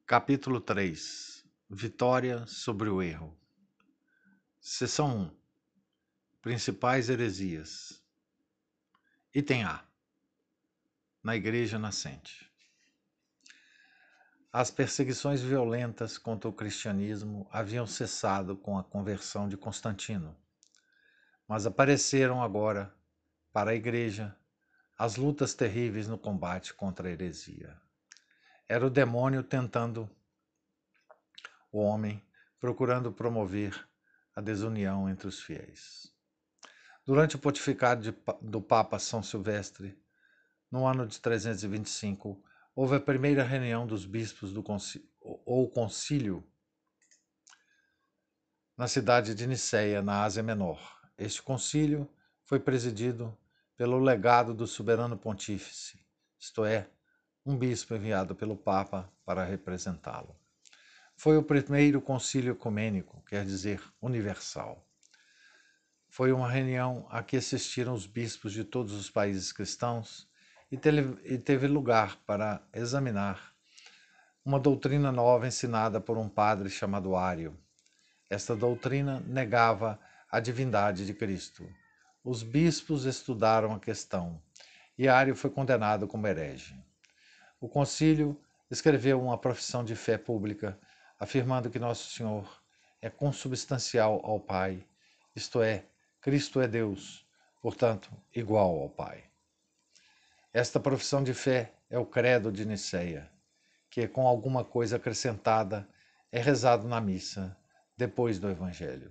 Capítulo 3. Vitória sobre o erro. Seção 1. Principais heresias. Item A. Na Igreja Nascente. As perseguições violentas contra o cristianismo haviam cessado com a conversão de Constantino, mas apareceram agora, para a Igreja, as lutas terríveis no combate contra a heresia. Era o demônio tentando o homem, procurando promover a desunião entre os fiéis. Durante o pontificado do Papa São Silvestre, no ano de 325, houve a primeira reunião dos bispos do concílio na cidade de Niceia, na Ásia Menor. Este concílio foi presidido pelo legado do soberano pontífice, isto é, um bispo enviado pelo Papa para representá-lo. Foi o primeiro concílio ecumênico, quer dizer, universal. Foi uma reunião a que assistiram os bispos de todos os países cristãos e teve lugar para examinar uma doutrina nova ensinada por um padre chamado Ário. Esta doutrina negava a divindade de Cristo. Os bispos estudaram a questão e Ário foi condenado como herege. O concílio escreveu uma profissão de fé pública, afirmando que Nosso Senhor é consubstancial ao Pai, isto é, Cristo é Deus, portanto, igual ao Pai. Esta profissão de fé é o credo de Niceia, que, com alguma coisa acrescentada, é rezado na missa, depois do Evangelho.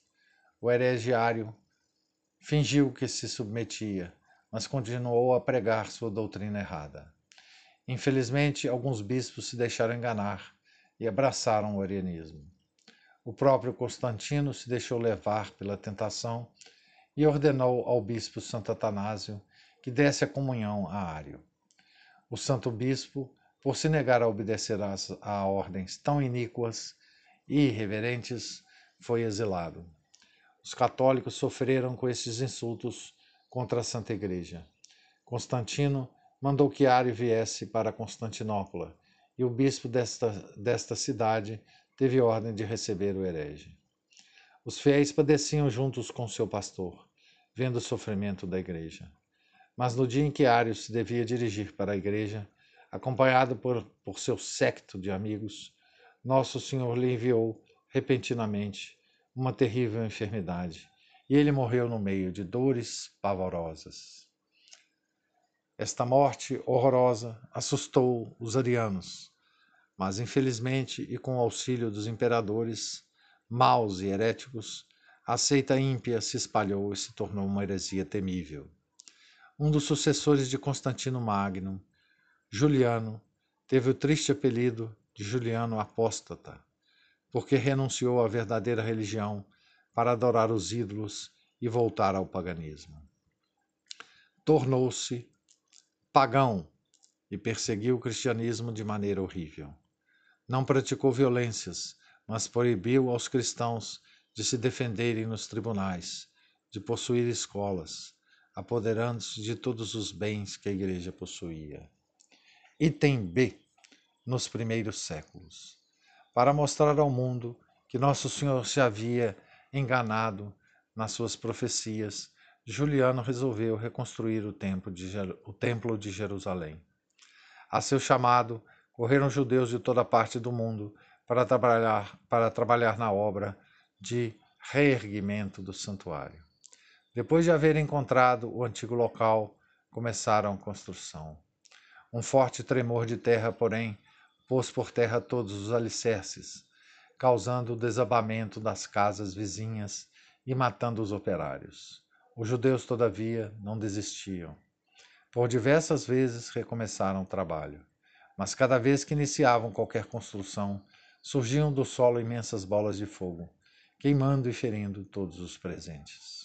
O heregiário fingiu que se submetia, mas continuou a pregar sua doutrina errada. Infelizmente, alguns bispos se deixaram enganar e abraçaram o arianismo. O próprio Constantino se deixou levar pela tentação e ordenou ao bispo Santo Atanásio que desse a comunhão a Ário. O santo bispo, por se negar a obedecer a ordens tão iníquas e irreverentes, foi exilado. Os católicos sofreram com esses insultos contra a Santa Igreja. Constantino mandou que Ário viesse para Constantinopla, e o bispo desta cidade teve ordem de receber o herege. Os fiéis padeciam juntos com seu pastor, vendo o sofrimento da igreja. Mas no dia em que Ário se devia dirigir para a igreja, acompanhado por seu séquito de amigos, Nosso Senhor lhe enviou, repentinamente, uma terrível enfermidade, e ele morreu no meio de dores pavorosas. Esta morte horrorosa assustou os arianos, mas infelizmente e com o auxílio dos imperadores maus e heréticos, a seita ímpia se espalhou e se tornou uma heresia temível. Um dos sucessores de Constantino Magno, Juliano, teve o triste apelido de Juliano Apóstata, porque renunciou à verdadeira religião para adorar os ídolos e voltar ao paganismo. Tornou-se pagão e perseguiu o cristianismo de maneira horrível. Não praticou violências, mas proibiu aos cristãos de se defenderem nos tribunais, de possuir escolas, apoderando-se de todos os bens que a igreja possuía. Item B. Nos primeiros séculos. Para mostrar ao mundo que Nosso Senhor se havia enganado nas suas profecias, Juliano resolveu reconstruir o templo de Jerusalém. A seu chamado, correram judeus de toda parte do mundo para trabalhar na obra de reerguimento do santuário. Depois de haver encontrado o antigo local, começaram a construção. Um forte tremor de terra, porém, pôs por terra todos os alicerces, causando o desabamento das casas vizinhas e matando os operários. Os judeus, todavia, não desistiam. Por diversas vezes recomeçaram o trabalho, mas cada vez que iniciavam qualquer construção, surgiam do solo imensas bolas de fogo, queimando e ferindo todos os presentes.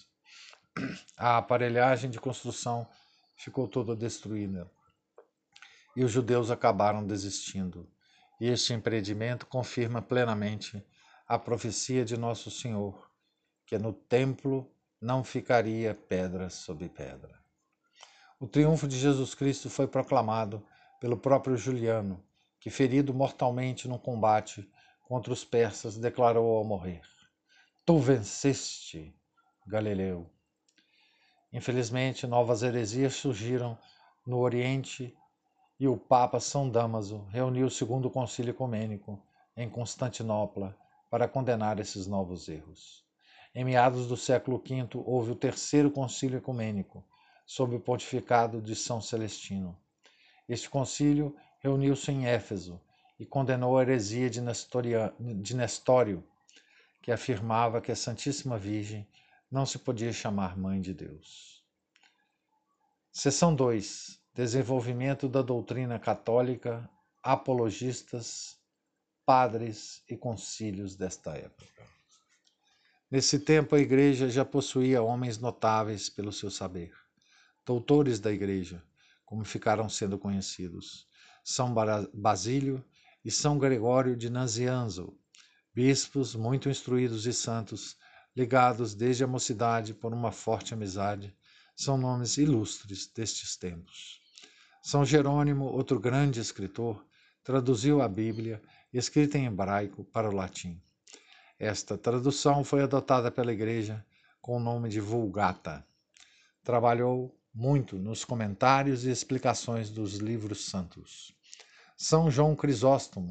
A aparelhagem de construção ficou toda destruída e os judeus acabaram desistindo. E este empreendimento confirma plenamente a profecia de Nosso Senhor, que no templo não ficaria pedra sobre pedra. O triunfo de Jesus Cristo foi proclamado pelo próprio Juliano, que, ferido mortalmente num combate contra os persas, declarou ao morrer: Tu venceste, Galileu. Infelizmente, novas heresias surgiram no Oriente e o Papa São Damaso reuniu o Segundo Concílio Ecumênico em Constantinopla para condenar esses novos erros. Em meados do século V, houve o Terceiro Concílio Ecumênico, sob o pontificado de São Celestino. Este concílio reuniu-se em Éfeso e condenou a heresia de Nestório, que afirmava que a Santíssima Virgem não se podia chamar Mãe de Deus. Seção 2. Desenvolvimento da doutrina católica, apologistas, padres e concílios desta época. Nesse tempo, a Igreja já possuía homens notáveis pelo seu saber. Doutores da Igreja, como ficaram sendo conhecidos, São Basílio e São Gregório de Nazianzo, bispos muito instruídos e santos, ligados desde a mocidade por uma forte amizade, são nomes ilustres destes tempos. São Jerônimo, outro grande escritor, traduziu a Bíblia, escrita em hebraico, para o latim. Esta tradução foi adotada pela Igreja com o nome de Vulgata. Trabalhou muito nos comentários e explicações dos livros santos. São João Crisóstomo,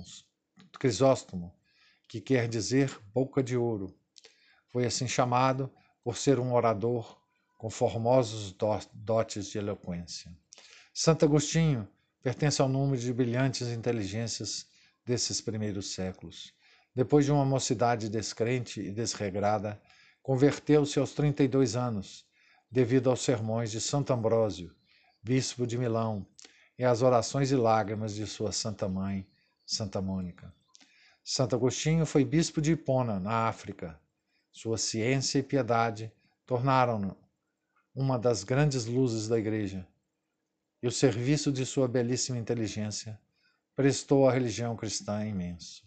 que quer dizer boca de ouro, foi assim chamado por ser um orador com formosos dotes de eloquência. Santo Agostinho pertence ao número de brilhantes inteligências desses primeiros séculos. Depois de uma mocidade descrente e desregrada, converteu-se aos 32 anos, devido aos sermões de Santo Ambrósio, bispo de Milão, e às orações e lágrimas de sua Santa Mãe, Santa Mônica. Santo Agostinho foi bispo de Hipona, na África. Sua ciência e piedade tornaram-no uma das grandes luzes da Igreja, e o serviço de sua belíssima inteligência prestou à religião cristã imenso.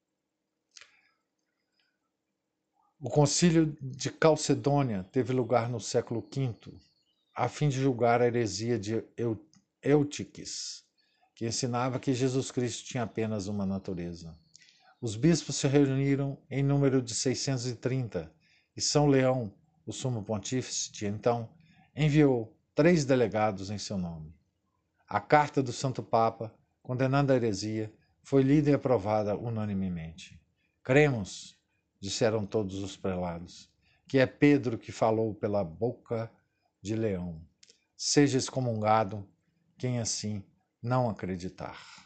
O concílio de Calcedônia teve lugar no século V, a fim de julgar a heresia de Eutiques, que ensinava que Jesus Cristo tinha apenas uma natureza. Os bispos se reuniram em número de 630 e São Leão, o sumo pontífice de então, enviou 3 delegados em seu nome. A carta do Santo Papa, condenando a heresia, foi lida e aprovada unanimemente. Cremos, disseram todos os prelados, que é Pedro que falou pela boca de Leão. Seja excomungado quem assim não acreditar.